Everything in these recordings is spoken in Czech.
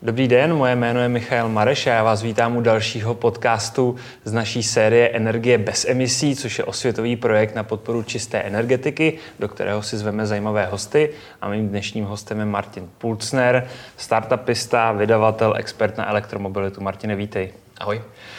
Dobrý den, moje jméno je Michal Mareš a já vás vítám u dalšího podcastu z naší série Energie bez emisí, což je osvětový projekt na podporu čisté energetiky, do kterého si zveme zajímavé hosty. A mým dnešním hostem je Martin Pulcner, startupista, vydavatel, expert na elektromobilitu. Martine, vítej. Ahoj.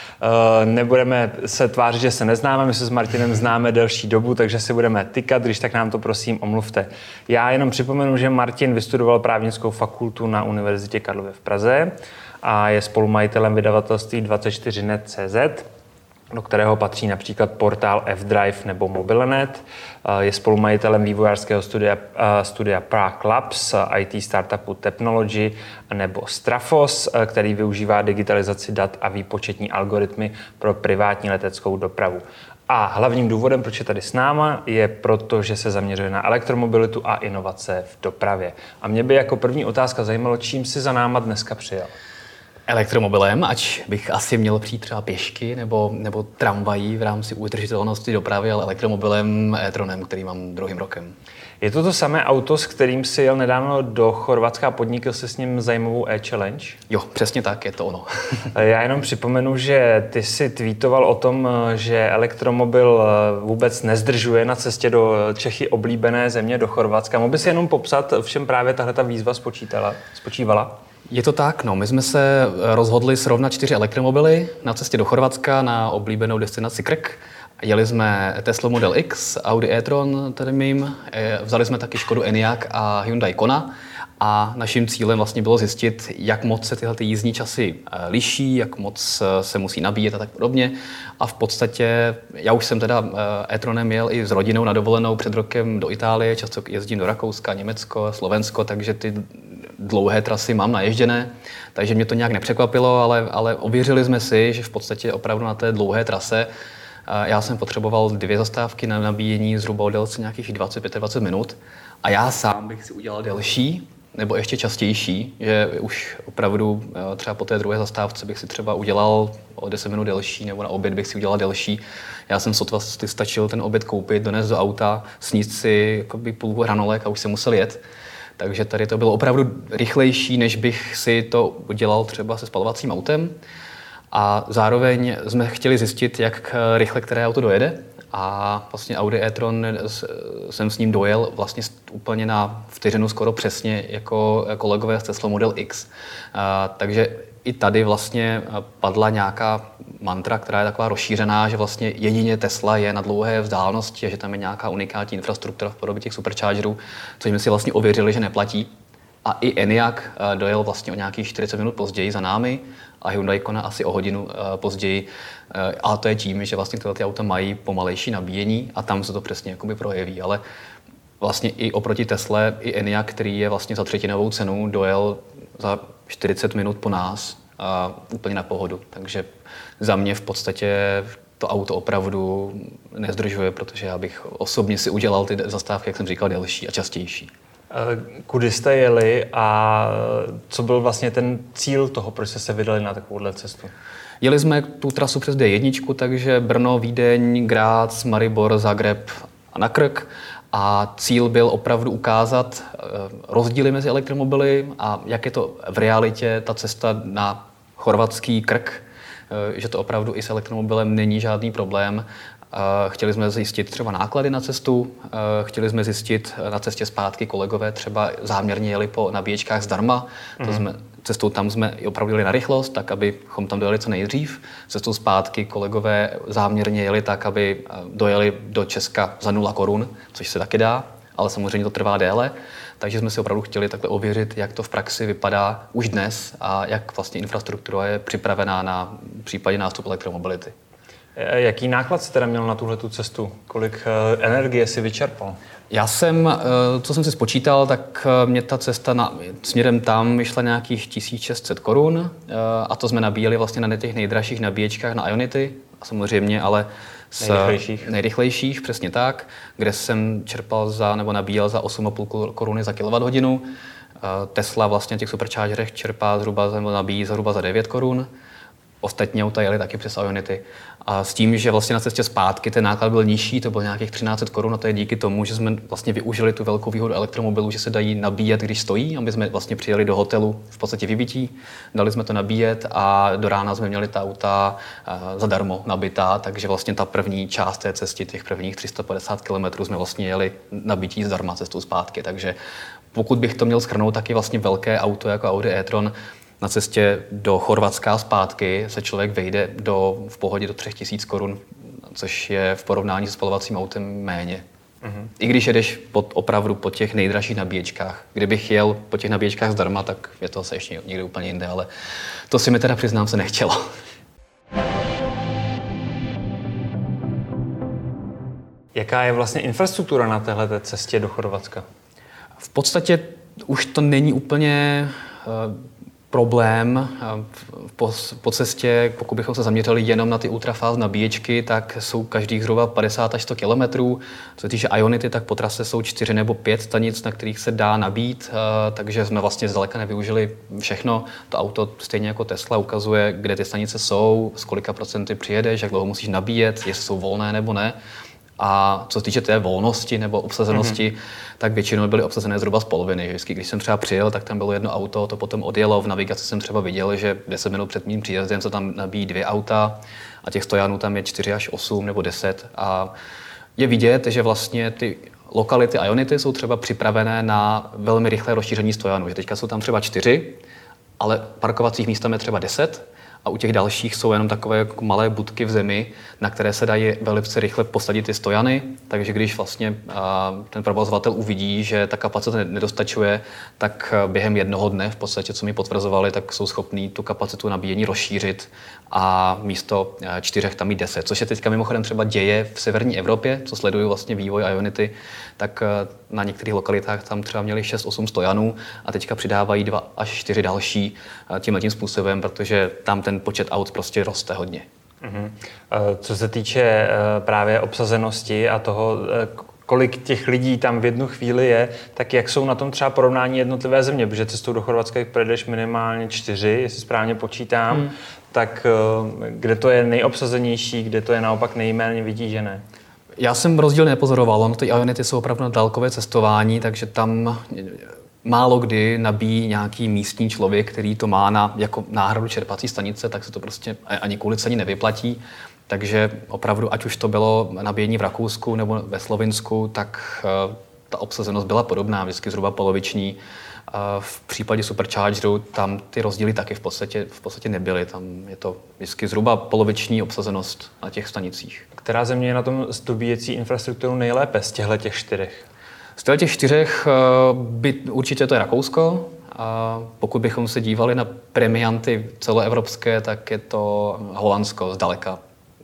Nebudeme se tvářit, že se neznáme, my se s Martinem známe delší dobu, takže si budeme tykat, když tak nám to prosím omluvte. Já jenom připomenu, že Martin vystudoval právnickou fakultu na Univerzitě Karlově v Praze a je spolumajitelem vydavatelství 24net.cz, do kterého patří například portál F-Drive nebo Mobilenet. Je spolumajitelem vývojářského studia Prague Labs, IT startupu Technology nebo Strafos, který využívá digitalizaci dat a výpočetní algoritmy pro privátní leteckou dopravu. A hlavním důvodem, proč je tady s náma, je proto, že se zaměřuje na elektromobilitu a inovace v dopravě. A mě by jako první otázka zajímalo, čím si za náma dneska přijel? Elektromobilem, ač bych asi měl přijít třeba pěšky nebo tramvají v rámci udržitelnosti dopravy, ale elektromobilem e-tronem, který mám druhým rokem. Je to samé auto, s kterým si jel nedávno do Chorvatska a podnikl se s ním zajímavou e-challenge? Jo, přesně tak, je to ono. Já jenom připomenu, že ty si tweetoval o tom, že elektromobil vůbec nezdržuje na cestě do Čechy oblíbené země, do Chorvatska. Mohl bys si jenom popsat, v čem právě tahleta výzva spočívala? Je to tak, no. My jsme se rozhodli srovnat 4 elektromobily na cestě do Chorvatska na oblíbenou destinaci Krk. Jeli jsme Tesla Model X, Audi e-tron, tedy mým, vzali jsme taky Škodu Enyaq a Hyundai Kona a naším cílem vlastně bylo zjistit, jak moc se tyhle jízdní časy liší, jak moc se musí nabíjet a tak podobně. A v podstatě, já už jsem teda e-tronem jel i s rodinou na dovolenou před rokem do Itálie, často jezdím do Rakouska, Německo, Slovensko, takže ty dlouhé trasy mám naježděné, takže mě to nějak nepřekvapilo, ale ověřili jsme si, že v podstatě opravdu na té dlouhé trase já jsem potřeboval 2 zastávky na nabíjení zhruba o délce nějakých 25 minut a já sám bych si udělal delší nebo ještě častější, že už opravdu třeba po té druhé zastávce bych si třeba udělal o 10 minut delší nebo na oběd bych si udělal delší. Já jsem sotva stačil ten oběd koupit, donést do auta, sníst si jakoby půl hranolek a už jsem musel jet. Takže tady to bylo opravdu rychlejší, než bych si to udělal třeba se spalovacím autem. A zároveň jsme chtěli zjistit, jak rychle které auto dojede. A vlastně Audi e-tron jsem s ním dojel vlastně úplně na vteřinu skoro přesně jako kolegové z Tesla Model X. Takže i tady vlastně padla nějaká mantra, která je taková rozšířená, že vlastně jedině Tesla je na dlouhé vzdálenosti a že tam je nějaká unikátní infrastruktura v podobě těch superchargerů, což jsme si vlastně ověřili, že neplatí. A i Enyaq dojel vlastně o nějakých 40 minut později za námi a Hyundai Kona asi o hodinu později. A to je tím, že vlastně tyhle auta mají pomalejší nabíjení a tam se to přesně jakoby projeví. Ale vlastně i oproti Tesle, i Enyaq, který je vlastně za třetinovou cenu, dojel za 40 minut po nás a úplně na pohodu. Takže za mě v podstatě to auto opravdu nezdržuje, protože já bych osobně si udělal ty zastávky, jak jsem říkal, delší a častější. Kudy jste jeli a co byl vlastně ten cíl toho, proč jste se vydali na takovouhle cestu? Jeli jsme tu trasu přes D1, takže Brno, Vídeň, Graz, Maribor, Zagreb a na Krk. A cíl byl opravdu ukázat rozdíly mezi elektromobily a jak je to v realitě ta cesta na chorvatský Krk, že to opravdu i s elektromobilem není žádný problém. Chtěli jsme zjistit třeba náklady na cestu, chtěli jsme zjistit na cestě zpátky kolegové třeba záměrně jeli po nabíječkách zdarma. Cestou tam jsme opravdu jeli na rychlost, tak abychom tam dojeli co nejdřív. Cestou zpátky kolegové záměrně jeli tak, aby dojeli do Česka za 0 korun, což se taky dá, ale samozřejmě to trvá déle. Takže jsme si opravdu chtěli takhle ověřit, jak to v praxi vypadá už dnes a jak vlastně infrastruktura je připravená na případě nástupu elektromobility. Jaký náklad jsi teda měl na tuhletu cestu? Kolik energie si vyčerpal? Já jsem, co jsem si spočítal, tak mě ta cesta směrem tam vyšla nějakých 1600 korun a to jsme nabíjeli vlastně na těch nejdražších nabíječkách na Ionity, samozřejmě, ale nejrychlejších, přesně tak, kde jsem nabíjel za 8,5 koruny za kWh. Tesla vlastně na těch superchargerech čerpá nabíjí zhruba za 9 korun. ostatní auta jeli taky přes Ionity. A s tím, že vlastně na cestě zpátky ten náklad byl nižší, to bylo nějakých 1300 Kč, a to je díky tomu, že jsme vlastně využili tu velkou výhodu elektromobilů, že se dají nabíjet, když stojí, aby jsme vlastně přijeli do hotelu v podstatě vybití, dali jsme to nabíjet a do rána jsme měli ta auta zadarmo nabitá, takže vlastně ta první část té cesty, těch prvních 350 km jsme vlastně jeli nabití zdarma cestou zpátky, takže pokud bych to měl shrnout, taky vlastně velké auto jako Audi e-tron na cestě do Chorvatska a zpátky se člověk vejde v pohodě do 3000 Kč, což je v porovnání s spalovacím autem méně. I když jedeš opravdu po těch nejdražších nabíječkách. Kdybych jel po těch nabíječkách zdarma, tak je to se ještě někde úplně jinde, ale to si mi teda přiznám se nechtělo. Jaká je vlastně infrastruktura na téhleté cestě do Chorvatska? V podstatě už to není úplně problém. Po cestě, pokud bychom se zaměřili jenom na ty ultrafast nabíječky, tak jsou každých zhruba 50 až 100 kilometrů. Co se týče Ionity, tak po trase jsou 4 nebo 5 stanic, na kterých se dá nabít, takže jsme vlastně zdaleka nevyužili všechno. To auto stejně jako Tesla ukazuje, kde ty stanice jsou, z kolika procenty přijedeš, jak dlouho musíš nabíjet, jestli jsou volné nebo ne. A co se týče té volnosti nebo obsazenosti, tak většinou byly obsazené zhruba z poloviny. Vždycky, když jsem třeba přijel, tak tam bylo jedno auto, to potom odjelo. V navigaci jsem třeba viděl, že 10 minut před mým příjezdem se tam nabíjí 2 auta a těch stojanů tam je 4 až 8 nebo 10. A je vidět, že vlastně ty lokality Ionity jsou třeba připravené na velmi rychlé rozšíření stojanů. Že teďka jsou tam třeba 4, ale parkovacích míst tam je třeba 10. A u těch dalších jsou jenom takové jako malé budky v zemi, na které se dají velice rychle posadit ty stojany. Takže když vlastně ten provozovatel uvidí, že ta kapacita nedostačuje, tak během jednoho dne, v podstatě, co mi potvrzovali, tak jsou schopní tu kapacitu nabíjení rozšířit a místo 4 tam mít 10. Což se teďka mimochodem třeba děje v severní Evropě, co sleduju vlastně vývoj Ionity, tak na některých lokalitách tam třeba měli 6-8 stojanů a teďka přidávají 2 až 4 další tímhletím způsobem, protože tam ten počet aut prostě roste hodně. Co se týče právě obsazenosti a toho, kolik těch lidí tam v jednu chvíli je, tak jak jsou na tom třeba porovnání jednotlivé země, protože cestou do Chorvatska projedeš minimálně 4, jestli správně počítám, tak kde to je nejobsazenější, kde to je naopak nejméně vytížené? Já jsem rozdíl nepozoroval, ty Ionity jsou opravdu na dálkové cestování, takže tam málo kdy nabíjí nějaký místní člověk, který to má jako náhradu čerpací stanice, tak se to prostě ani kvůli ceně nevyplatí. Takže opravdu, ať už to bylo nabíjení v Rakousku nebo ve Slovinsku, tak ta obsazenost byla podobná, vždycky zhruba poloviční. V případě Superchargeru tam ty rozdíly taky v podstatě nebyly. Tam je to vždycky zhruba poloviční obsazenost na těch stanicích. Která země je na tom s dobíjecí infrastrukturou nejlépe z těchto 4? Z těch 4 by určitě to je Rakousko. A pokud bychom se dívali na premianty celoevropské, tak je to Holandsko zdaleka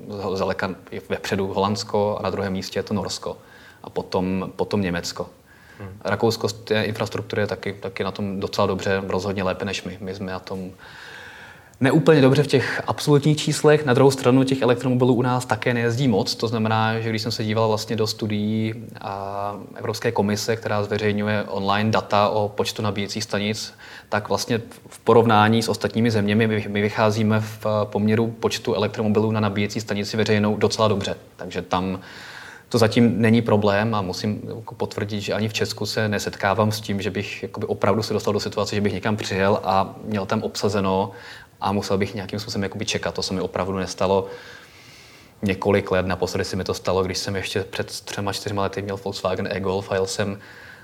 je vepředu Holandsko a na druhém místě je to Norsko a potom Německo. Rakousko z té infrastruktury je taky na tom docela dobře, rozhodně lépe než my. My jsme na tom neúplně dobře v těch absolutních číslech. Na druhou stranu těch elektromobilů u nás také nejezdí moc. To znamená, že když jsem se díval vlastně do studií Evropské komise, která zveřejňuje online data o počtu nabíjecích stanic, tak vlastně v porovnání s ostatními zeměmi my vycházíme v poměru počtu elektromobilů na nabíjecí stanici veřejnou docela dobře. Takže tam to zatím není problém a musím potvrdit, že ani v Česku se nesetkávám s tím, že bych opravdu se dostal do situace, že bych někam přijel a měl tam obsazeno a musel bych nějakým způsobem čekat. To se mi opravdu nestalo několik let. Naposledy se mi to stalo, když jsem ještě před 3-4 lety měl Volkswagen e-Golf a jel jsem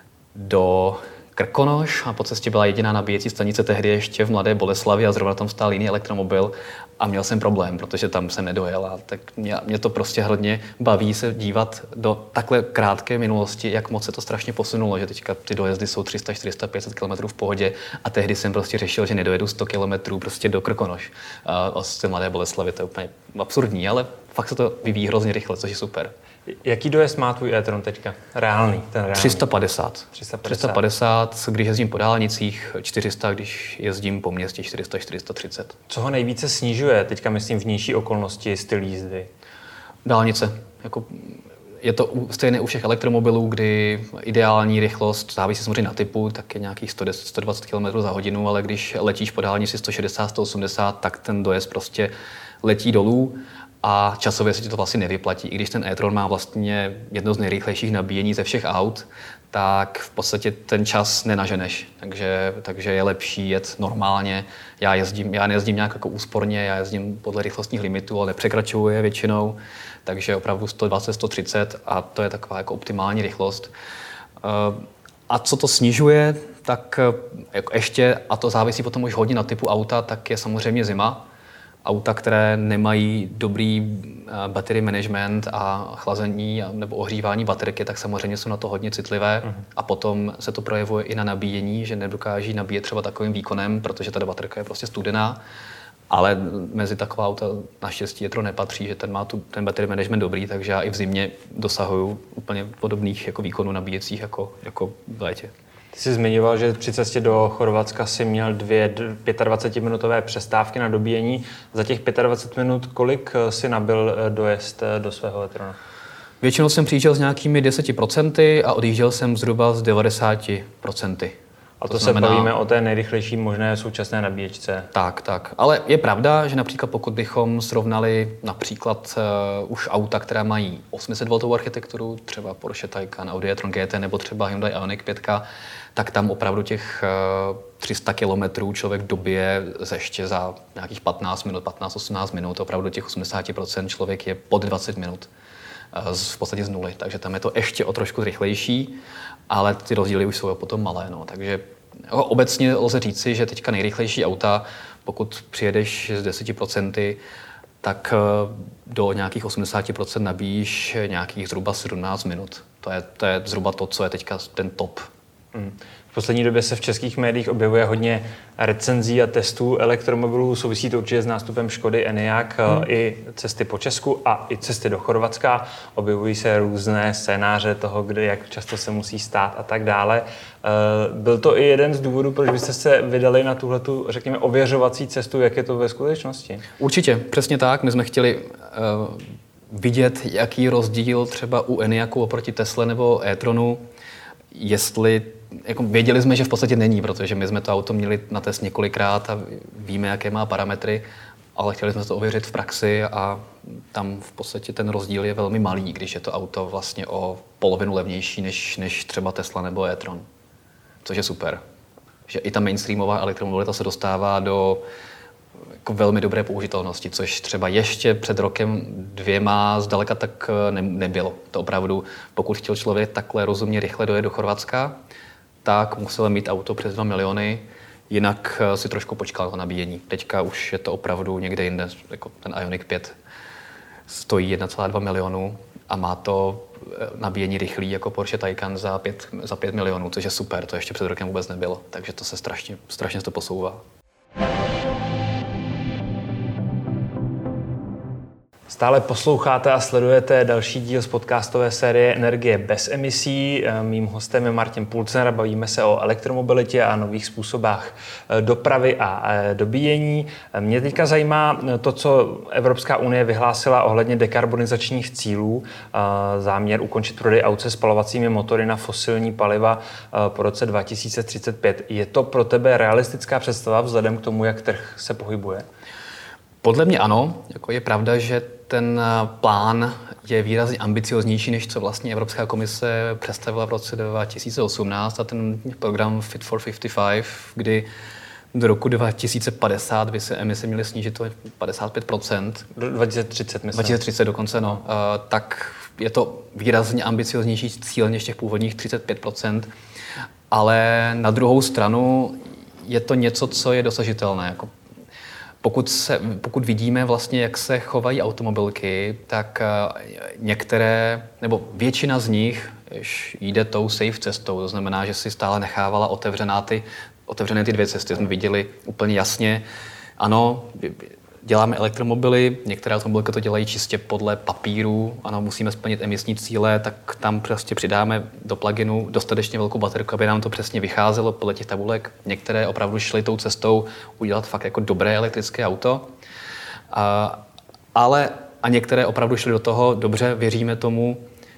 do Krkonoš a po cestě byla jediná nabíjecí stanice tehdy ještě v Mladé Boleslavi a zrovna tam stál jiný elektromobil a měl jsem problém, protože tam jsem nedojel. A tak mě to prostě hodně baví se dívat do takhle krátké minulosti, jak moc se to strašně posunulo, že teďka ty dojezdy jsou 300, 400, 500 km v pohodě a tehdy jsem prostě řešil, že nedojedu 100 km prostě do Krkonoš. Z té Mladé Boleslavy to je úplně absurdní, ale fakt se to vyvíjí hrozně rychle, což je super. Jaký dojezd má tvůj e-tron teďka? Reálný. 350, když jezdím po dálnicích, 400, když jezdím po městě, 400, 430. Co ho nejvíce snižuje, teďka myslím vnější okolnosti, styl jízdy? Dálnice. je to stejné u všech elektromobilů, kdy ideální rychlost, závisí samozřejmě na typu, tak je nějakých 110-120 km za hodinu, ale když letíš po dálnici 160-180, tak ten dojezd prostě letí dolů a časově se ti to vlastně nevyplatí. I když ten e-tron má vlastně jedno z nejrychlejších nabíjení ze všech aut, tak v podstatě ten čas nenaženeš. Takže je lepší jet normálně. Já nejezdím nějak jako úsporně, já jezdím podle rychlostních limitů, ale nepřekračuju je většinou. Takže opravdu 120, 130 a to je taková jako optimální rychlost. A co to snižuje, tak jako ještě, a to závisí potom už hodně na typu auta, tak je samozřejmě zima. Auta, které nemají dobrý battery management a chlazení nebo ohřívání baterky, tak samozřejmě jsou na to hodně citlivé. A potom se to projevuje i na nabíjení, že nedokáží nabíjet třeba takovým výkonem, protože ta baterka je prostě studená. Ale mezi taková auta naštěstí e-tron nepatří, že ten má ten battery management dobrý, takže já i v zimě dosahuju úplně podobných jako výkonů nabíjecích jako v létě. Ty jsi zmiňoval, že při cestě do Chorvatska si měl 25-minutové přestávky na dobíjení. Za těch 25 minut kolik si nabil dojezd do svého e-tronu? Většinou jsem přijížděl s nějakými 10% a odjížděl jsem zhruba s 90%. A to znamená, se bavíme o té nejrychlejší možné současné nabíječce. Tak. Ale je pravda, že například pokud bychom srovnali například už auta, která mají 800V architekturu, třeba Porsche Taycan, Audi e-tron GT nebo třeba Hyundai Ioniq 5, tak tam opravdu těch 300 kilometrů člověk dobije ještě za nějakých 15-18 minut. Opravdu těch 80% člověk je pod 20 minut. V podstatě z nuly, takže tam je to ještě o trošku rychlejší, ale ty rozdíly už jsou potom malé. No. Takže obecně lze říci, že teďka nejrychlejší auta, pokud přijedeš s 10%, tak do nějakých 80% nabíjíš nějakých zhruba 17 minut. To je zhruba to, co je teďka ten top. V poslední době se v českých médiích objevuje hodně recenzí a testů elektromobilů. Souvisí to určitě s nástupem Škody Enyaq, i cesty po Česku a i cesty do Chorvatska. Objevují se různé scénáře toho, kde, jak často se musí stát a tak dále. Byl to i jeden z důvodů, proč byste se vydali na tuhletu, řekněme, ověřovací cestu, jak je to ve skutečnosti? Určitě, přesně tak. My jsme chtěli vidět, jaký rozdíl třeba u Enyaqu oproti Tesle nebo e-tronu, jestli jako věděli jsme, že v podstatě není, protože my jsme to auto měli na test několikrát a víme, jaké má parametry, ale chtěli jsme to ověřit v praxi a tam v podstatě ten rozdíl je velmi malý, když je to auto vlastně o polovinu levnější než třeba Tesla nebo e-tron. Což je super. Že i ta mainstreamová elektromobilita se dostává do jako velmi dobré použitelnosti, což třeba ještě před rokem 2 zdaleka tak nebylo. To opravdu, pokud chtěl člověk takhle rozumně rychle dojet do Chorvatska, tak musel mít auto přes 2 miliony, jinak si trošku počkal na nabíjení. Teďka už je to opravdu někde jinde, jako ten Ioniq 5 stojí 1,2 milionu a má to nabíjení rychlý jako Porsche Taycan za 5 milionů, což je super, to ještě před rokem vůbec nebylo, takže to se strašně to posouvá. Stále posloucháte a sledujete další díl z podcastové série Energie bez emisí. Mým hostem je Martin Pulcner a bavíme se o elektromobilitě a nových způsobách dopravy a dobíjení. Mě teďka zajímá to, co Evropská unie vyhlásila ohledně dekarbonizačních cílů. Záměr ukončit prodej aut se spalovacími motory na fosilní paliva po roce 2035. Je to pro tebe realistická představa vzhledem k tomu, jak trh se pohybuje? Podle mě ano. Jako je pravda, že ten plán je výrazně ambicioznější, než co vlastně Evropská komise představila v roce 2018 a ten program Fit for 55, kdy do roku 2050 by se emise měly snížit o 55%. Do 2030, myslím. 2030 dokonce, no. Tak je to výrazně ambicioznější cíl než těch původních 35%, ale na druhou stranu je to něco, co je dosažitelné. Jako pokud vidíme vlastně, jak se chovají automobilky, tak některé, nebo většina z nich jde tou safe cestou. To znamená, že si stále nechávala otevřené ty 2 cesty. Jsme viděli úplně jasně, ano, děláme elektromobily, některé automobilky to dělají čistě podle papíru, ano, musíme splnit emisní cíle, tak tam prostě přidáme do pluginu dostatečně velkou baterku, aby nám to přesně vycházelo podle těch tabulek. Některé opravdu šly tou cestou udělat fakt jako dobré elektrické auto, a některé opravdu šly do toho, dobře, věříme tomu,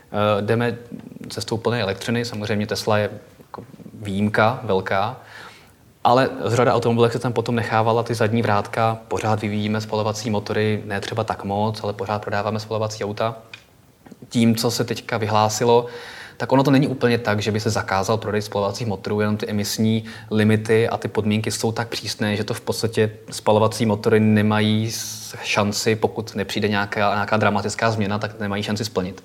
Jdeme cestou plné elektřiny, samozřejmě Tesla je jako výjimka velká, ale řada automobilek se tam potom nechávala ty zadní vrátka, pořád vyvíjíme spalovací motory, ne třeba tak moc, ale pořád prodáváme spalovací auta. Tím, co se teďka vyhlásilo, tak ono to není úplně tak, že by se zakázal prodej spalovacích motorů, jenom ty emisní limity a ty podmínky jsou tak přísné, že to v podstatě spalovací motory nemají šanci, pokud nepřijde nějaká dramatická změna, tak nemají šanci splnit.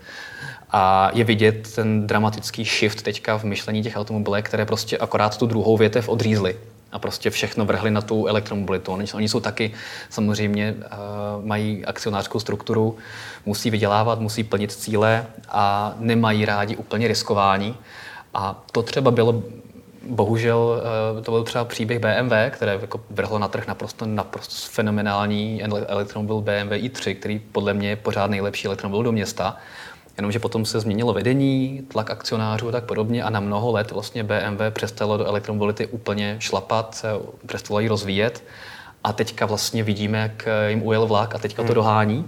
A je vidět ten dramatický shift teďka v myšlení těch automobilek, které prostě akorát tu druhou větev odřízly a prostě všechno vrhli na tu elektromobilitu. Oni jsou taky samozřejmě, mají akcionářskou strukturu, musí vydělávat, musí plnit cíle a nemají rádi úplně riskování. A to třeba bylo, bohužel, to byl třeba příběh BMW, které jako vrhlo na trh naprosto fenomenální elektromobil BMW i3, který podle mě je pořád nejlepší elektromobil do města. Jenomže potom se změnilo vedení, tlak akcionářů a tak podobně a na mnoho let vlastně BMW přestalo do elektromobility úplně šlapat, přestalo ji rozvíjet a teďka vlastně vidíme, jak jim ujel vlak a teďka to dohání.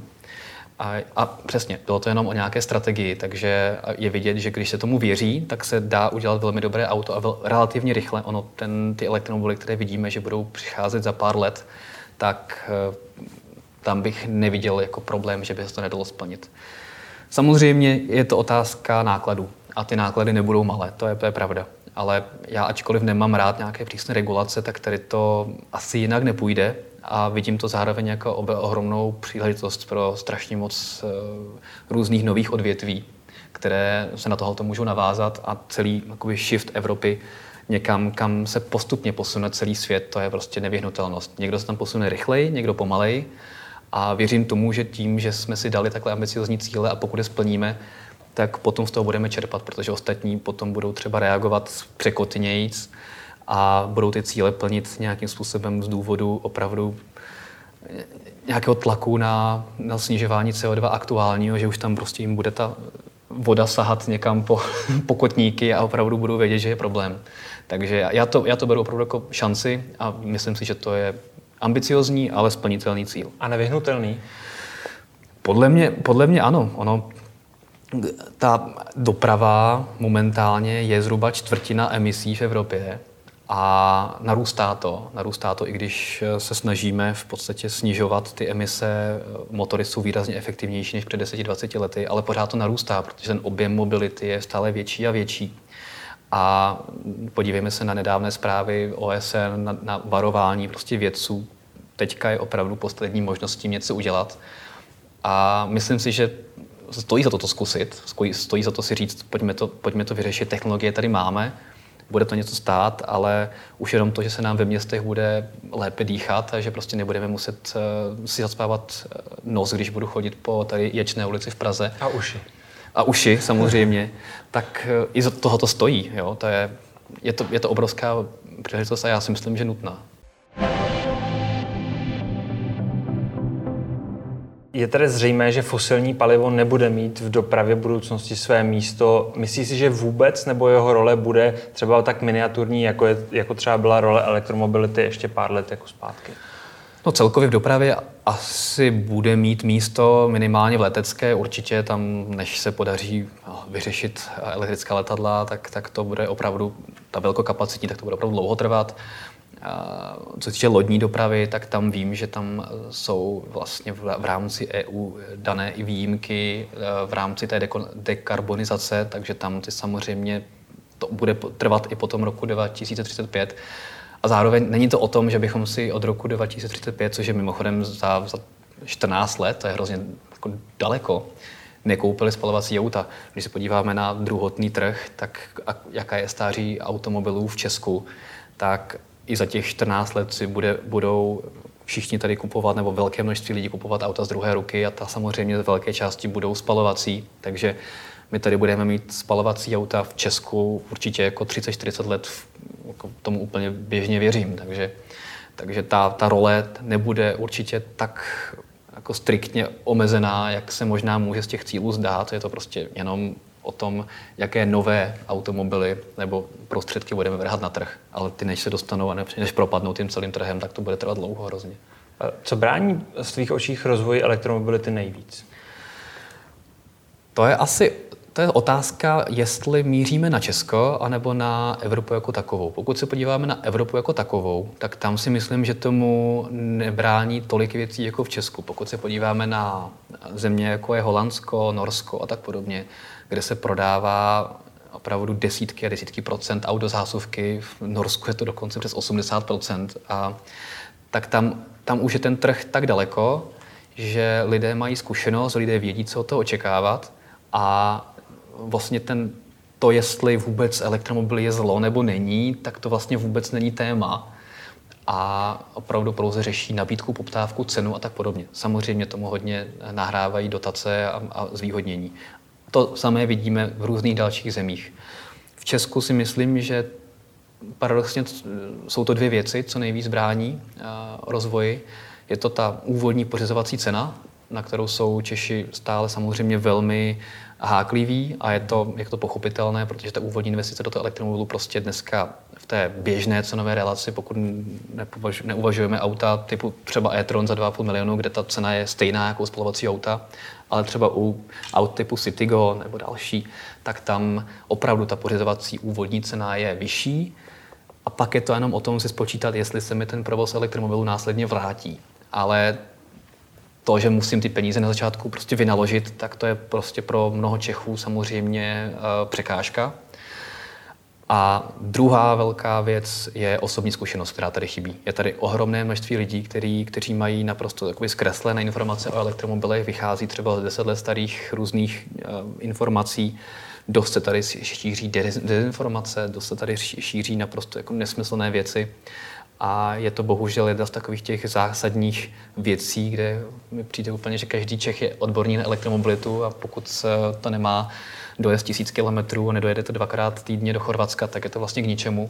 A přesně, bylo to jenom o nějaké strategii, takže je vidět, že když se tomu věří, tak se dá udělat velmi dobré auto a relativně rychle. Ty elektromobily, které vidíme, že budou přicházet za pár let, tak tam bych neviděl jako problém, že by se to nedalo splnit. Samozřejmě je to otázka nákladů a ty náklady nebudou malé, to je pravda. Ale já, ačkoliv nemám rád nějaké přísné regulace, tak tady to asi jinak nepůjde a vidím to zároveň jako ohromnou příležitost pro strašně moc různých nových odvětví, které se na tohoto můžou navázat a celý jakoby shift Evropy někam, kam se postupně posune celý svět, to je prostě nevyhnutelnost. Někdo se tam posune rychleji, někdo pomaleji. A věřím tomu, že tím, že jsme si dali takhle ambiciozní cíle a pokud je splníme, tak potom z toho budeme čerpat, protože ostatní potom budou třeba reagovat překotnějc a budou ty cíle plnit nějakým způsobem z důvodu opravdu nějakého tlaku na snižování CO2 aktuálního, že už tam prostě jim bude ta voda sahat někam po kotníky a opravdu budou vědět, že je problém. Takže já to beru opravdu jako šanci a myslím si, že to je ambiciozní, ale splnitelný cíl. A nevyhnutelný? Podle mě ano. Ta doprava momentálně je zhruba čtvrtina emisí v Evropě a narůstá to, i když se snažíme v podstatě snižovat ty emise. Motory jsou výrazně efektivnější než před 10-20 lety, ale pořád to narůstá, protože ten objem mobility je stále větší a větší. A podívejme se na nedávné zprávy OSN, na varování prostě vědců. Teďka je opravdu poslední možností něco udělat. A myslím si, že stojí za to zkusit, stojí za to si říct, pojďme to vyřešit, technologie tady máme, bude to něco stát, ale už jenom to, že se nám ve městech bude lépe dýchat a že prostě nebudeme muset si zacpávat nos, když budu chodit po tady Ječné ulici v Praze. A uši, samozřejmě, tak i za toho to stojí. Jo? Je to obrovská příležitost a já si myslím, že nutná. Je tedy zřejmé, že fosilní palivo nebude mít v dopravě budoucnosti své místo. Myslíš si, že vůbec, nebo jeho role bude třeba tak miniaturní, jako třeba byla role elektromobility ještě pár let jako zpátky? No celkově v dopravě asi bude mít místo minimálně v letecké. Určitě tam, než se podaří vyřešit elektrická letadla, tak to bude opravdu, ta velkokapacitní, tak to bude opravdu dlouho trvat. Co se týče lodní dopravy, tak tam vím, že tam jsou vlastně v rámci EU dané i výjimky v rámci té dekarbonizace, takže tam samozřejmě to bude trvat i po tom roku 2035. A zároveň není to o tom, že bychom si od roku 2035, což je mimochodem za 14 let, to je hrozně jako daleko, nekoupili spalovací auta. Když se podíváme na druhotný trh, tak jaká je stáří automobilů v Česku, tak i za těch 14 let si budou všichni tady kupovat, nebo velké množství lidí kupovat auta z druhé ruky a ta samozřejmě z velké části budou spalovací. Takže my tady budeme mít spalovací auta v Česku určitě jako 30-40 let, jako tomu úplně běžně věřím. Takže ta role nebude určitě tak jako striktně omezená, jak se možná může z těch cílů zdát. Je to prostě jenom o tom, jaké nové automobily nebo prostředky budeme vrhat na trh. Ale ty, než se dostanou a než propadnou tím celým trhem, tak to bude trvat dlouho hrozně. Co brání v tvých očích rozvoji elektromobility nejvíc? To je asi To je otázka, jestli míříme na Česko, anebo na Evropu jako takovou. Pokud se podíváme na Evropu jako takovou, tak tam si myslím, že tomu nebrání tolik věcí jako v Česku. Pokud se podíváme na země, jako je Holandsko, Norsko a tak podobně, kde se prodává opravdu desítky a desítky procent aut do zásuvky, v Norsku je to dokonce přes 80%, tak tam už je ten trh tak daleko, že lidé mají zkušenost, lidé vědí, co od toho očekávat a vlastně to, jestli vůbec elektromobil je zlo nebo není, tak to vlastně vůbec není téma. A opravdu pouze řeší nabídku, poptávku, cenu a tak podobně. Samozřejmě tomu hodně nahrávají dotace a zvýhodnění. To samé vidíme v různých dalších zemích. V Česku si myslím, že paradoxně jsou to dvě věci, co nejvíc brání rozvoji. Je to ta úvodní pořizovací cena, na kterou jsou Češi stále samozřejmě velmi hákliví a je to pochopitelné, protože ta úvodní investice do toho elektromobilu prostě dneska v té běžné cenové relaci, pokud neuvažujeme auta typu třeba e-tron za 2,5 milionu, kde ta cena je stejná jako u spalovací auta, ale třeba u aut typu Citigo nebo další, tak tam opravdu ta pořizovací úvodní cena je vyšší a pak je to jenom o tom si spočítat, jestli se mi ten provoz elektromobilu následně vrátí. Ale to, že musím ty peníze na začátku prostě vynaložit, tak to je prostě pro mnoho Čechů samozřejmě překážka. A druhá velká věc je osobní zkušenost, která tady chybí. Je tady ohromné množství lidí, kteří mají naprosto takové zkreslené informace o elektromobilech, vychází třeba z 10 let starých různých informací, dost se tady šíří dezinformace, dost se tady šíří naprosto jako nesmyslné věci. A je to bohužel jedna z takových těch zásadních věcí, kde mi přijde úplně, že každý Čech je odborný na elektromobilitu a pokud to nemá dojezd 1000 kilometrů a nedojede to 2krát týdně do Chorvatska, tak je to vlastně k ničemu.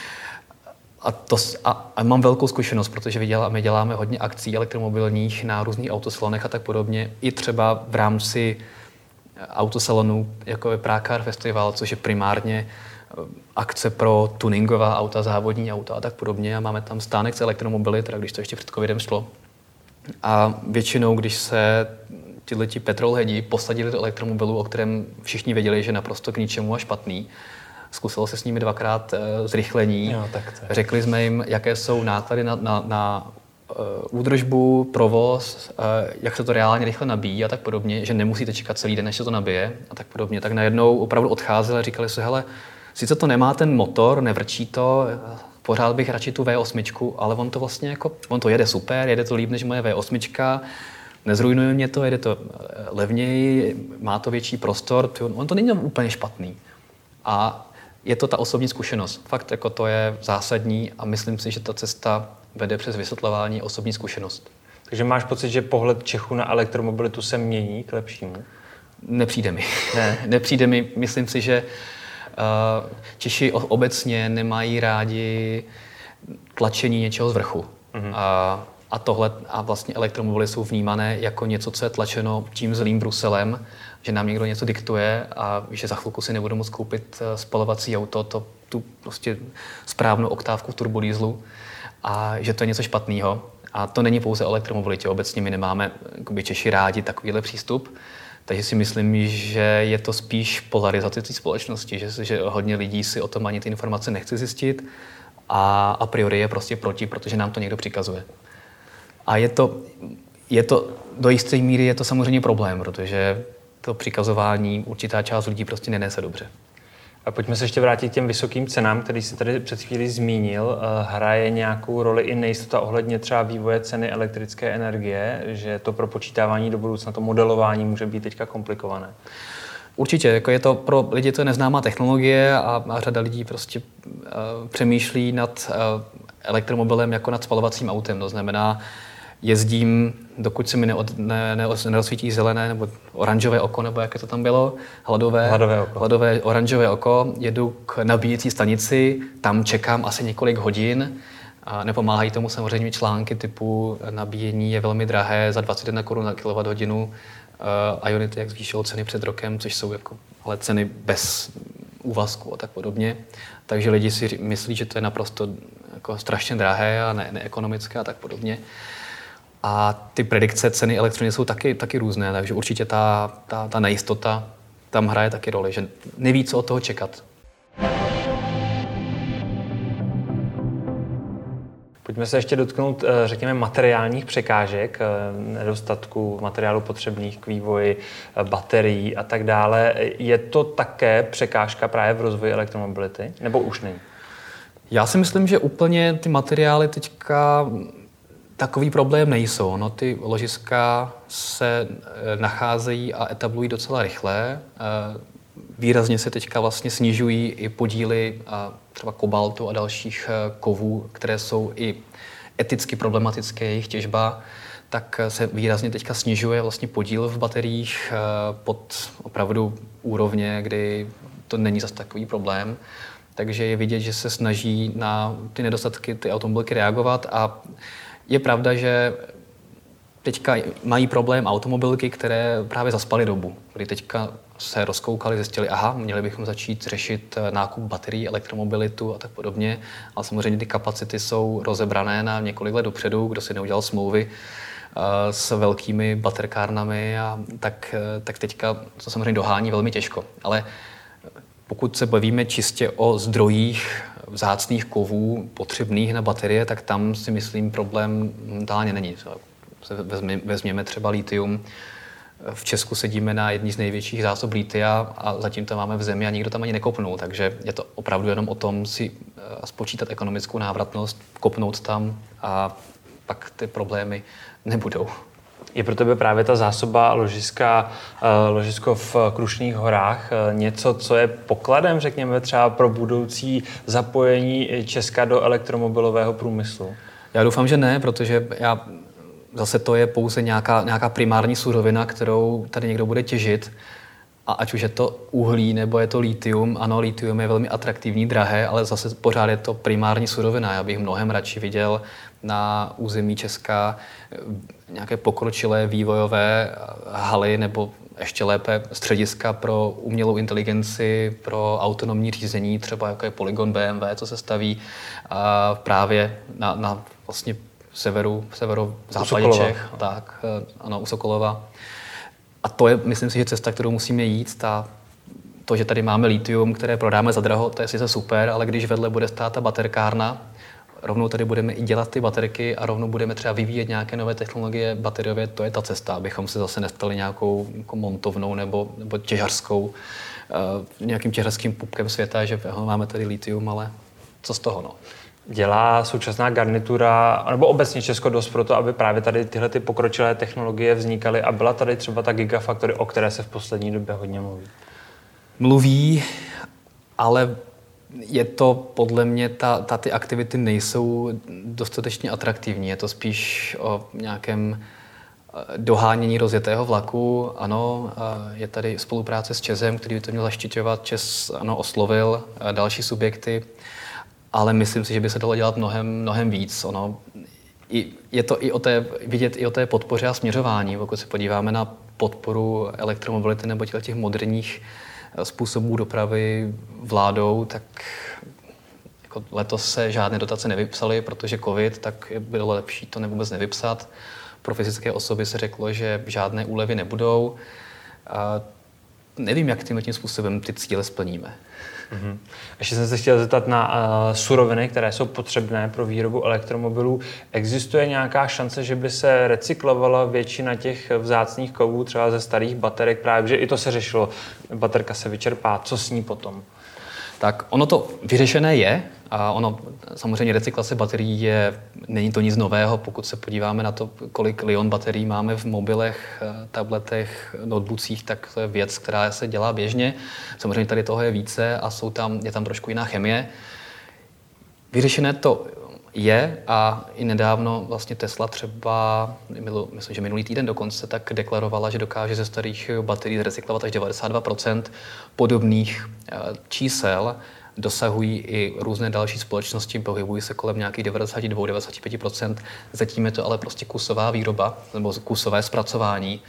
A mám velkou zkušenost, protože my děláme hodně akcí elektromobilních na různých autosalonech a tak podobně. I třeba v rámci autosalonů, jako je Prague Car Festival, což je primárně akce pro tuningová auta, závodní auta a tak podobně. A máme tam stánek s elektromobily, teda když to ještě před covidem šlo. A většinou, když se ti petrolheadi posadili do elektromobilu, o kterém všichni věděli, že naprosto k ničemu a špatný, zkusilo se s nimi 2krát zrychlení. Jo, Řekli jsme jim, jaké jsou náklady na údržbu, provoz, jak se to reálně rychle nabíjí a tak podobně, že nemusíte čekat celý den, než se to nabije a tak podobně. Tak najednou opravdu odcházeli a říkali si, hele, sice to nemá ten motor, nevrčí to, pořád bych radši tu V8, ale on to vlastně on to jede super, jede to líp než moje V8, nezrujnuje mě to, jede to levněji, má to větší prostor, on to není úplně špatný. A je to ta osobní zkušenost. Fakt jako to je zásadní a myslím si, že ta cesta vede přes vysvětlování osobní zkušenost. Takže máš pocit, že pohled Čechů na elektromobilitu se mění k lepšímu? Nepřijde mi. Nepřijde mi. Myslím si, že Češi obecně nemají rádi tlačení něčeho z vrchu. Mm-hmm. A vlastně elektromobily jsou vnímané jako něco, co je tlačeno tím zlým Bruselem, že nám někdo něco diktuje a že za chvilku si nebudu moct koupit spalovací auto, tu prostě správnou oktávku v turbodýzlu a že to je něco špatného. A to není pouze o elektromobilitě. Obecně my nemáme Češi rádi takovýhle přístup. Takže si myslím, že je to spíš polarizace té společnosti, že hodně lidí si o tom ani ty informace nechce zjistit a a priori je prostě proti, protože nám to někdo přikazuje. A je to do jisté míry je to samozřejmě problém, protože to přikazování určitá část lidí prostě nenese dobře. A pojďme se ještě vrátit k těm vysokým cenám, který jsi tady před chvílí zmínil. Hraje nějakou roli i nejistota ohledně třeba vývoje ceny elektrické energie, že to propočítávání do budoucna, to modelování může být teďka komplikované? Určitě, jako je to pro lidi to je neznámá technologie a řada lidí prostě přemýšlí nad elektromobilem jako nad spalovacím autem. To znamená, jezdím, dokud se mi nerozsvítí zelené nebo oranžové oko, nebo jak to tam bylo, hladové oranžové oko, jedu k nabíjecí stanici, tam čekám asi několik hodin. A nepomáhají tomu samozřejmě články typu nabíjení je velmi drahé, za 21 Kč na kWh. Ionity, jak zvýšilo ceny před rokem, což jsou ale ceny bez úvazku a tak podobně. Takže lidi si myslí, že to je naprosto strašně drahé a neekonomické a tak podobně. A ty predikce ceny elektřiny jsou taky různé, takže určitě ta nejistota tam hraje taky roli, že neví, co od toho čekat. Pojďme se ještě dotknout, řekněme, materiálních překážek, nedostatku materiálu potřebných k vývoji baterií a tak dále. Je to také překážka právě v rozvoji elektromobility, nebo už není? Já si myslím, že úplně ty materiály teďka takový problém nejsou. No, ty ložiska se nacházejí a etablují docela rychle. Výrazně se teďka vlastně snižují i podíly třeba kobaltu a dalších kovů, které jsou i eticky problematické, jejich těžba, tak se výrazně teďka snižuje vlastně podíl v bateriích pod opravdu úrovně, kdy to není zase takový problém. Takže je vidět, že se snaží na ty nedostatky ty automobilky reagovat a je pravda, že teďka mají problém automobilky, které právě zaspaly dobu, kdy teďka se rozkoukali, zjistili, měli bychom začít řešit nákup baterií, elektromobilitu a tak podobně, ale samozřejmě ty kapacity jsou rozebrané na několik let dopředu, kdo si neudělal smlouvy s velkými baterkárnami, tak teďka to samozřejmě dohání velmi těžko. Ale pokud se bavíme čistě o zdrojích vzácných kovů potřebných na baterie, tak tam si myslím problém momentálně není. Vezměme třeba lithium. V Česku sedíme na jedný z největších zásob litia a zatím to máme v zemi a nikdo tam ani nekopnul. Takže je to opravdu jenom o tom si spočítat ekonomickou návratnost, kopnout tam a pak ty problémy nebudou. Je pro tebe právě ta zásoba ložisko v Krušných horách něco, co je pokladem, řekněme, třeba pro budoucí zapojení Česka do elektromobilového průmyslu? Já doufám, že ne, protože zase to je pouze nějaká primární surovina, kterou tady někdo bude těžit. A ať už je to uhlí nebo je to lithium, ano, lithium je velmi atraktivní, drahé, ale zase pořád je to primární surovina. Já bych mnohem radši viděl na území Česka nějaké pokročilé vývojové haly nebo ještě lépe střediska pro umělou inteligenci, pro autonomní řízení, třeba jako je Polygon BMW, co se staví právě na vlastně severozápadě Čech, tak, ano, u Sokolova. A to je, myslím si, že cesta, kterou musíme jít. To, že tady máme lithium, které prodáme za draho, to je sice super, ale když vedle bude stát ta baterkárna, rovnou tady budeme i dělat ty baterky a rovnou budeme třeba vyvíjet nějaké nové technologie bateriové, to je ta cesta, abychom se zase nestali nějakou jako montovnou nebo těžařskou, nějakým těžařským pupkem světa, že máme tady lithium, ale co z toho, no. Dělá současná garnitura, nebo obecně Česko dost pro to, aby právě tady tyhle ty pokročilé technologie vznikaly a byla tady třeba ta Gigafactory, o které se v poslední době hodně mluví? Mluví, ale je to podle mě, ty aktivity nejsou dostatečně atraktivní. Je to spíš o nějakém dohánění rozjetého vlaku. Ano, je tady spolupráce s ČEZem, který by to měl zaštiťovat. ČEZ oslovil další subjekty, ale myslím si, že by se dalo dělat mnohem víc. Je to vidět i o té podpoře a směřování. Pokud se podíváme na podporu elektromobility nebo těch moderních způsobů dopravy vládou, tak jako letos se žádné dotace nevypsaly, protože covid, tak bylo lepší to vůbec nevypsat. Pro fyzické osoby se řeklo, že žádné úlevy nebudou. Nevím, jak tím způsobem ty cíle splníme. Mm-hmm. Ještě jsem se chtěl zeptat na suroviny, které jsou potřebné pro výrobu elektromobilů. Existuje nějaká šance, že by se recyklovala většina těch vzácných kovů, třeba ze starých baterek, právě, že i to se řešilo, baterka se vyčerpá, co s ní potom? Tak ono to vyřešené je a samozřejmě recyklace baterií není to nic nového, pokud se podíváme na to, kolik lion baterií máme v mobilech, tabletech, notebookích, tak to je věc, která se dělá běžně. Samozřejmě tady toho je více a je tam trošku jiná chemie. Vyřešené to je a i nedávno vlastně Tesla třeba, myslím, že minulý týden dokonce, tak deklarovala, že dokáže ze starých baterií zrecyklovat až 92%. Podobných čísel dosahují i různé další společnosti, pohybují se kolem nějakých 92-95%. Zatím je to ale prostě kusová výroba nebo kusové zpracování.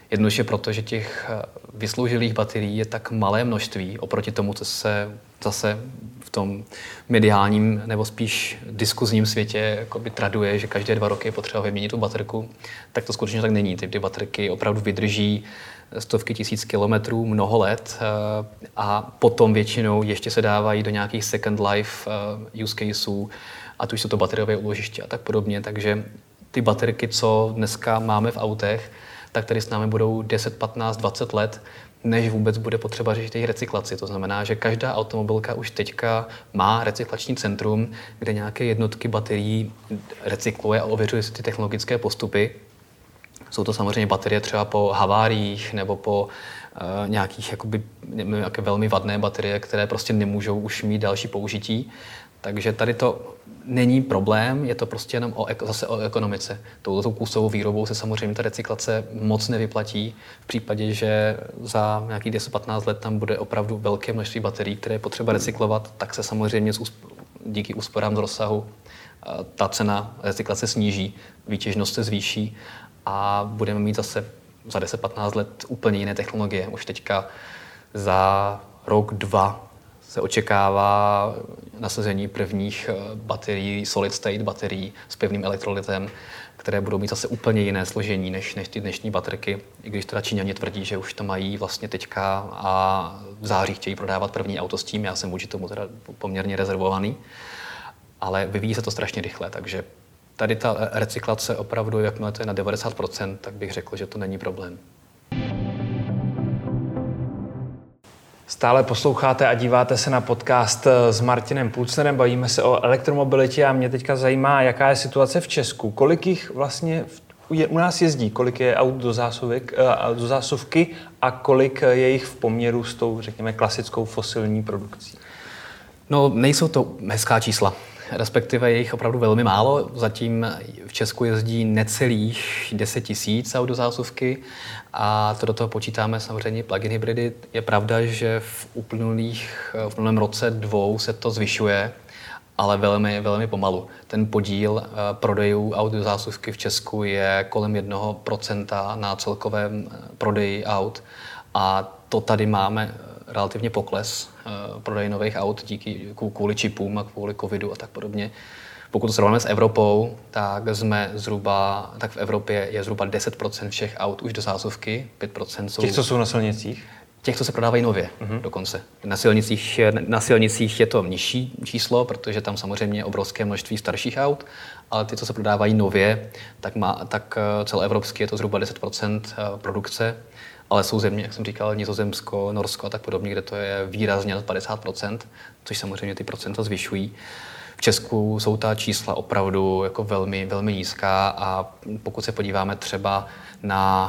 Jednoduše proto, že těch vysloužilých baterií je tak malé množství oproti tomu, co se zase v tom mediálním nebo spíš diskuzním světě jakoby traduje, že každé 2 roky je potřeba vyměnit tu baterku, tak to skutečně tak není. Ty baterky opravdu vydrží stovky tisíc kilometrů, mnoho let a potom většinou ještě se dávají do nějakých second life use caseů, a tu jsou to bateriové úložiště a tak podobně. Takže ty baterky, co dneska máme v autech, tak tady s námi budou 10, 15, 20 let, než vůbec bude potřeba řešit jejich recyklaci. To znamená, že každá automobilka už teďka má recyklační centrum, kde nějaké jednotky baterií recykluje a ověřuje si ty technologické postupy. Jsou to samozřejmě baterie třeba po haváriích nebo po nějakých jakoby, nějaké velmi vadné baterie, které prostě nemůžou už mít další použití. Takže tady to není problém, je to prostě jenom zase o ekonomice. Touto kusovou výrobou se samozřejmě ta recyklace moc nevyplatí. V případě, že za nějakých 10-15 let tam bude opravdu velké množství baterií, které je potřeba recyklovat, tak se samozřejmě díky úsporám z rozsahu ta cena recyklace sníží, výtěžnost se zvýší a budeme mít zase za 10-15 let úplně jiné technologie. Už teďka za rok, 2 se očekává nasazení prvních baterií, solid state baterií s pevným elektrolytem, které budou mít zase úplně jiné složení než ty dnešní baterky, i když teda Číňani tvrdí, že už to mají vlastně teďka a v září chtějí prodávat první auto s tím, já jsem vůči tomu teda poměrně rezervovaný, ale vyvíjí se to strašně rychle, takže tady ta recyklace opravdu, jakmile to je na 90%, tak bych řekl, že to není problém. Stále posloucháte a díváte se na podcast s Martinem Půcnerem, bavíme se o elektromobilitě a mě teďka zajímá, jaká je situace v Česku. Kolik jich vlastně u nás jezdí, kolik je aut do zásuvky a kolik je jich v poměru s tou, řekněme, klasickou fosilní produkcí? No, nejsou to hezká čísla. Respektive je jich opravdu velmi málo. Zatím v Česku jezdí necelých 10 000 aut do zásuvky a to do toho počítáme samozřejmě plug-in hybridy. Je pravda, že v uplynulém roce 2 se to zvyšuje, ale velmi, velmi pomalu. Ten podíl prodejů aut do zásuvky v Česku je kolem 1% na celkovém prodeji aut a to tady máme relativně pokles prodej nových aut kvůli čipům a kvůli covidu a tak podobně. Pokud to srovnáme s Evropou, tak v Evropě je zhruba 10% všech aut už do zásuvky, 5% jsou... Těch, co jsou na silnicích? Těch, co se prodávají nově dokonce. Na silnicích je to nižší číslo, protože tam samozřejmě je obrovské množství starších aut, ale ty, co se prodávají nově, tak celoevropsky je to zhruba 10% produkce. Ale jsou země, jak jsem říkal, Nizozemsko, Norsko a tak podobně, kde to je výrazně nad 50%, což samozřejmě ty procenta zvyšují. V Česku jsou ta čísla opravdu jako velmi, velmi nízká a pokud se podíváme třeba na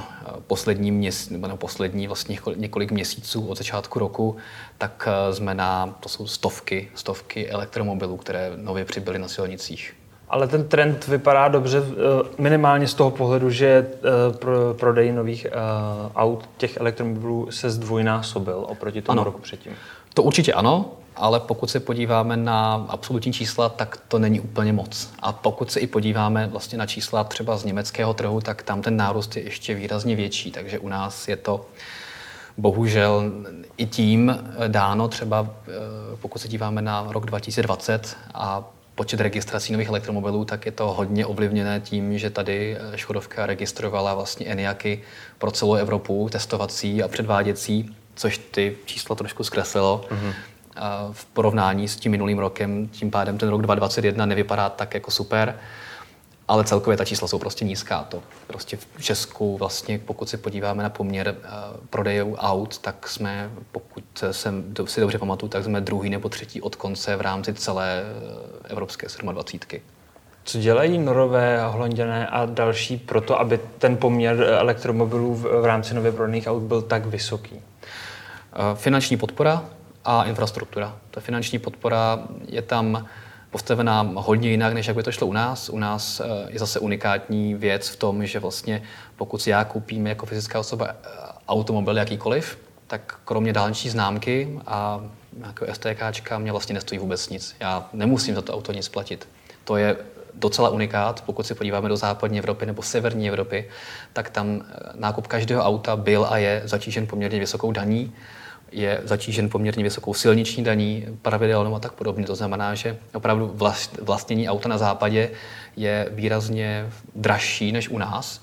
poslední vlastně několik měsíců od začátku roku, tak to jsou stovky elektromobilů, které nově přibyly na silnicích. Ale ten trend vypadá dobře, minimálně z toho pohledu, že prodej nových aut, těch elektromobilů se zdvojnásobil oproti tomu roku předtím. To určitě ano, ale pokud se podíváme na absolutní čísla, tak to není úplně moc. A pokud se i podíváme vlastně na čísla třeba z německého trhu, tak tam ten nárůst je ještě výrazně větší, takže u nás je to bohužel i tím dáno třeba, pokud se díváme na rok 2020 a počet registrací nových elektromobilů, tak je to hodně ovlivněné tím, že tady Škodovka registrovala vlastně Enyaqy pro celou Evropu, testovací a předváděcí, což ty čísla trošku zkreslilo v porovnání s tím minulým rokem. Tím pádem ten rok 2021 nevypadá tak jako super, ale celkově ta čísla jsou prostě nízká. To prostě v Česku vlastně, pokud se podíváme na poměr prodejů aut, tak jsme, pokud si dobře pamatuju, tak jsme 2. nebo 3. od konce v rámci celé evropské 27. Co dělají Norové, Holanďané a další proto, aby ten poměr elektromobilů v rámci nově prodaných aut byl tak vysoký? Finanční podpora a infrastruktura. Ta finanční podpora je tam postavená hodně jinak, než jak by to šlo u nás. U nás je zase unikátní věc v tom, že vlastně pokud si já koupím jako fyzická osoba automobil jakýkoliv, tak kromě dálniční známky a nějakého STKčka mě vlastně nestojí vůbec nic. Já nemusím za to auto nic platit. To je docela unikát. Pokud se podíváme do západní Evropy nebo severní Evropy, tak tam nákup každého auta byl a je zatížen poměrně vysokou daní, je zatížen poměrně vysokou silniční daní, pravidelnou a tak podobně. To znamená, že opravdu vlastnění auta na západě je výrazně dražší než u nás.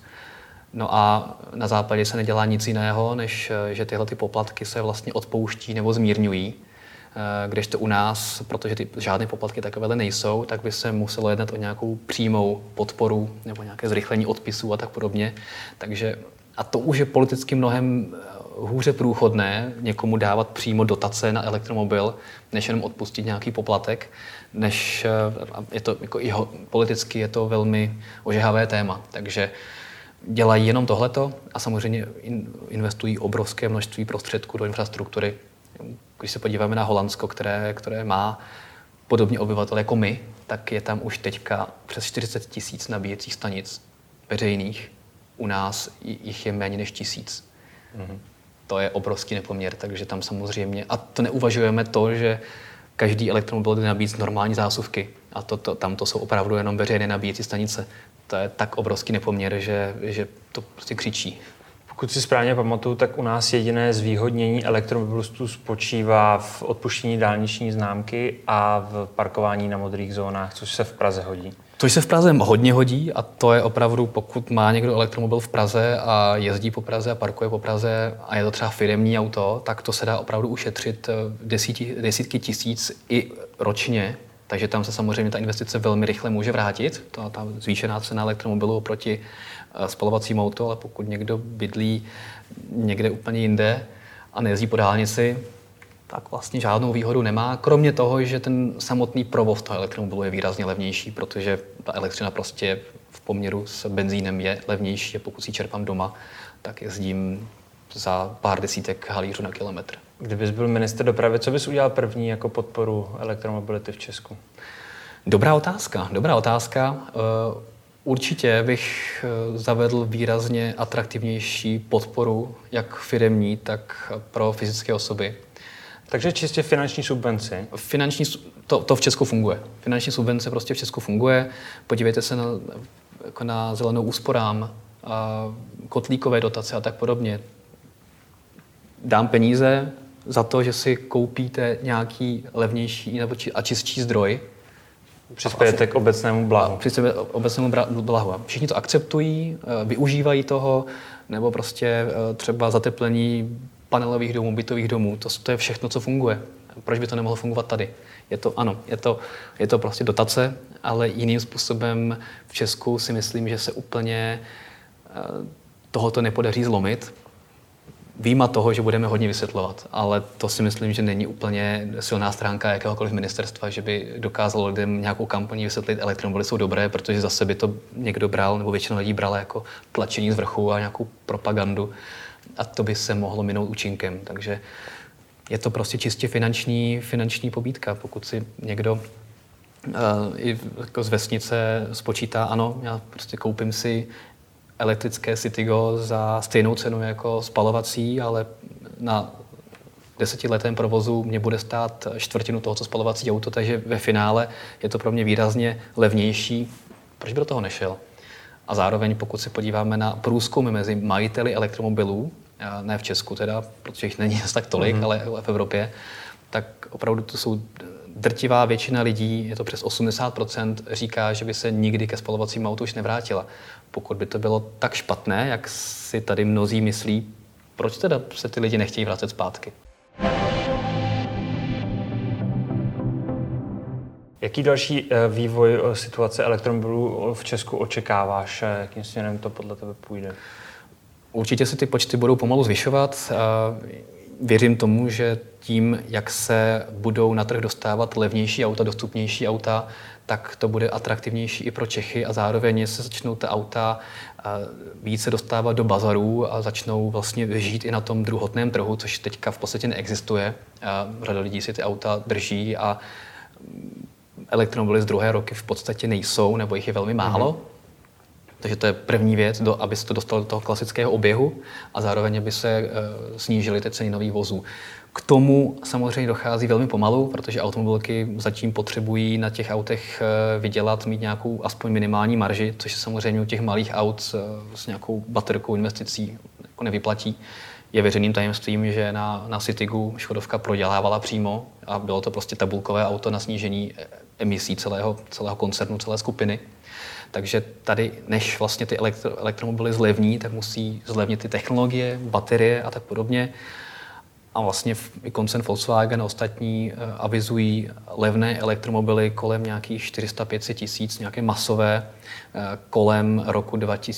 No a na západě se nedělá nic jiného, než že tyhle ty poplatky se vlastně odpouští nebo zmírňují. Kdežto u nás, protože žádné poplatky takovéhle nejsou, tak by se muselo jednat o nějakou přímou podporu nebo nějaké zrychlení odpisů a tak podobně. Takže, a to už je politicky mnohem hůře průchodné někomu dávat přímo dotace na elektromobil, než jenom odpustit nějaký poplatek, než je to, jako politicky je to velmi ožehavé téma. Takže dělají jenom tohleto a samozřejmě investují obrovské množství prostředků do infrastruktury. Když se podíváme na Holandsko, které má podobně obyvatel jako my, tak je tam už teďka přes 40 000 nabíjecích stanic veřejných. U nás jich je méně než 1000. Mm-hmm. To je obrovský nepoměr, takže tam samozřejmě... A to neuvažujeme to, že každý elektromobil jde nabíjet z normální zásuvky. A tam to jsou opravdu jenom veřejné nabíjecí stanice. To je tak obrovský nepoměr, že to prostě křičí. Pokud si správně pamatuju, tak u nás jediné zvýhodnění elektromobilistů spočívá v odpuštění dálniční známky a v parkování na modrých zónách, což se v Praze hodí. Což se v Praze hodně hodí a to je opravdu, pokud má někdo elektromobil v Praze a jezdí po Praze a parkuje po Praze a je to třeba firemní auto, tak to se dá opravdu ušetřit desítky tisíc i ročně. Takže tam se samozřejmě ta investice velmi rychle může vrátit, ta zvýšená cena elektromobilu oproti spalovacímu autu, ale pokud někdo bydlí někde úplně jinde a nejezdí po dálnici, tak vlastně žádnou výhodu nemá, kromě toho, že ten samotný provoz toho elektromobilu je výrazně levnější, protože ta elektřina prostě v poměru s benzínem je levnější a pokud si ji čerpám doma, tak jezdím za pár desítek halířů na kilometr. Kdybys byl ministr dopravy, co bys udělal první jako podporu elektromobility v Česku? Dobrá otázka. Určitě bych zavedl výrazně atraktivnější podporu, jak firemní, tak pro fyzické osoby. Takže čistě finanční subvenci? To v Česku funguje. Finanční subvence prostě v Česku funguje. Podívejte se na zelenou úsporám, kotlíkové dotace a tak podobně. Dám peníze za to, že si koupíte nějaký levnější a čistší zdroj. Přispějete k obecnému blahu. Přispějete k obecnému blahu. Všichni to akceptují, využívají toho, nebo prostě třeba zateplení panelových domů, bytových domů. To je všechno, co funguje. Proč by to nemohlo fungovat tady? Je to prostě dotace, ale jiným způsobem v Česku si myslím, že se úplně tohoto nepodaří zlomit. Výjima toho, že budeme hodně vysvětlovat, ale to si myslím, že není úplně silná stránka jakéhokoliv ministerstva, že by dokázalo lidem nějakou kampaní vysvětlit, elektromobily jsou dobré, protože zase by to někdo bral, nebo většina lidí brala jako tlačení z vrchu a nějakou propagandu a to by se mohlo minout účinkem. Takže je to prostě čistě finanční pobídka. Pokud si někdo i jako z vesnice spočítá, ano, já prostě koupím si elektrické Citigo za stejnou cenu jako spalovací, ale na 10letém provozu mě bude stát čtvrtinu toho, co spalovací auto, takže ve finále je to pro mě výrazně levnější. Proč by do toho nešel? A zároveň, pokud se podíváme na průzkumy mezi majiteli elektromobilů, ne v Česku teda, protože jich není tak tolik, ale v Evropě, tak opravdu to jsou drtivá většina lidí, je to přes 80%, říká, že by se nikdy ke spalovacímu autu už nevrátila. Pokud by to bylo tak špatné, jak si tady mnozí myslí, proč teda se ty lidi nechtějí vracet zpátky? Jaký další vývoj situace elektromobilů v Česku očekáváš? Jakým směrem to podle tebe půjde? Určitě se ty počty budou pomalu zvyšovat. Věřím tomu, že tím, jak se budou na trh dostávat levnější auta, dostupnější auta, tak to bude atraktivnější i pro Čechy a zároveň se začnou ta auta více dostávat do bazarů a začnou vlastně žít i na tom druhotném trhu, což teďka v podstatě neexistuje. Řada lidí si ty auta drží a elektromobily z druhé roky v podstatě nejsou, nebo jich je velmi málo. Takže to je první věc, aby se to dostalo do toho klasického oběhu a zároveň aby se snížily ty ceny nových vozů. K tomu samozřejmě dochází velmi pomalu, protože automobilky zatím potřebují na těch autech vydělat, mít nějakou aspoň minimální marži, což se samozřejmě u těch malých aut s nějakou baterkou investicí jako nevyplatí. Je veřejným tajemstvím, že na Citigu Škodovka prodělávala přímo a bylo to prostě tabulkové auto na snížení emisí celého koncernu, celé skupiny. Takže tady, než vlastně ty elektromobily zlevní, tak musí zlevnit ty technologie, baterie a tak podobně. A vlastně i koncern Volkswagen a ostatní avizují levné elektromobily kolem nějakých 400-500 tisíc, nějaké masové kolem roku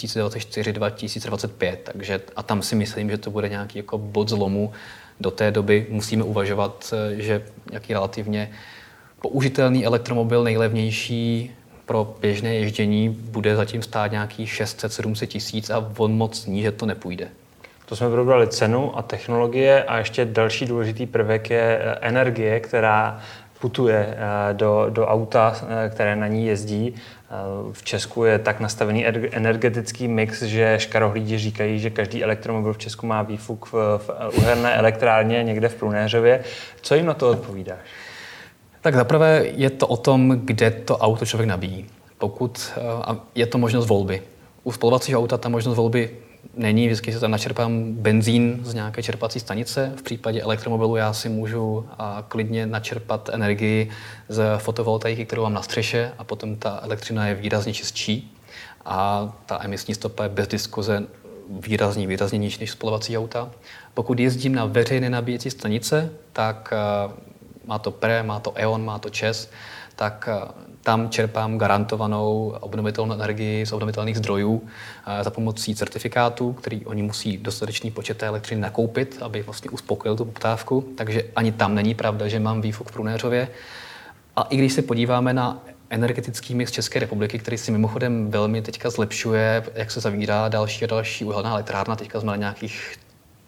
2024-2025. Takže a tam si myslím, že to bude nějaký jako bod zlomu. Do té doby musíme uvažovat, že nějaký relativně použitelný elektromobil nejlevnější pro běžné ježdění bude zatím stát nějakých 600-700 tisíc a on moc níže to nepůjde. To jsme probrali cenu a technologie a ještě další důležitý prvek je energie, která putuje do auta, které na ní jezdí. V Česku je tak nastavený energetický mix, že škarohlídi říkají, že každý elektromobil v Česku má výfuk v uhelné elektrárně někde v Prunéřově. Co jim na to odpovídáš? Tak zaprvé je to o tom, kde to auto člověk nabíjí. A je to možnost volby. U spalovacího auta ta možnost volby není, vždycky se tam načerpám benzín z nějaké čerpací stanice. V případě elektromobilu já si můžu klidně načerpat energii z fotovoltaiky, kterou mám na střeše a potom ta elektřina je výrazně čistší a ta emisní stopa je bez diskuze výrazně níž než spalovací auta. Pokud jezdím na veřejné nabíjecí stanice, tak má to PRE, má to E.ON, má to ČEZ, tak tam čerpám garantovanou obnovitelnou energii z obnovitelných zdrojů za pomocí certifikátů, který oni musí dostatečný počet té elektřiny nakoupit, aby vlastně uspokojil tu poptávku. Takže ani tam není pravda, že mám výfuk v Prunéřově. A i když se podíváme na energetický mix České republiky, který si mimochodem velmi teďka zlepšuje, jak se zavírá další a další uhelná elektrárna, teďka jsme na nějakých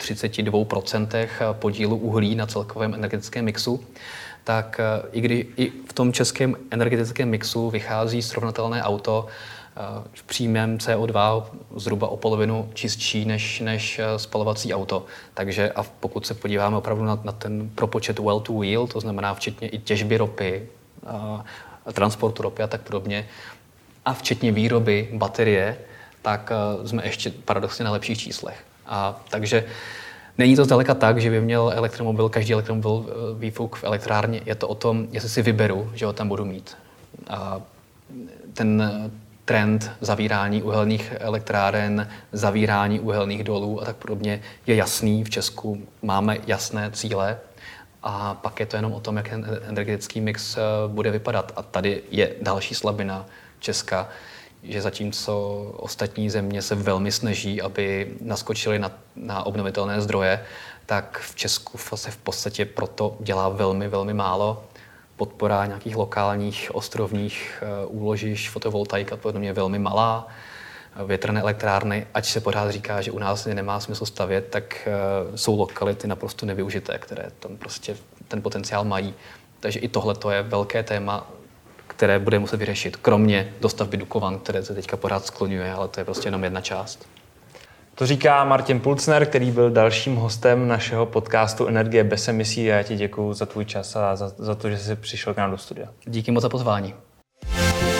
32% podílu uhlí na celkovém energetickém mixu, tak i v tom českém energetickém mixu vychází srovnatelné auto v přímém CO2 zhruba o polovinu čistší než spalovací auto. Takže a pokud se podíváme opravdu na ten propočet well to wheel, to znamená včetně i těžby ropy, transportu ropy a tak podobně, a včetně výroby baterie, tak jsme ještě paradoxně na lepších číslech. Takže není to zdaleka tak, že by měl každý elektromobil výfuk v elektrárně. Je to o tom, jestli si vyberu, že ho tam budu mít. A ten trend zavírání uhelných elektráren, zavírání uhelných dolů a tak podobně je jasný. V Česku máme jasné cíle a pak je to jenom o tom, jak ten energetický mix bude vypadat. A tady je další slabina Česka, že zatímco ostatní země se velmi snaží, aby naskočily na obnovitelné zdroje, tak v Česku se v podstatě proto dělá velmi, velmi málo. Podpora nějakých lokálních ostrovních úložišť, fotovoltaika podobně je velmi malá. Větrné elektrárny, ať se pořád říká, že u nás nemá smysl stavět, tak jsou lokality naprosto nevyužité, které tam prostě ten potenciál mají. Takže i tohle je velké téma, které bude muset vyřešit, kromě dostavby Dukovan, které se teďka pořád skloňuje, ale to je prostě jenom jedna část. To říká Martin Pulcner, který byl dalším hostem našeho podcastu Energie bez emisí a já ti děkuju za tvůj čas a za to, že jsi přišel k nám do studia. Díky moc za pozvání.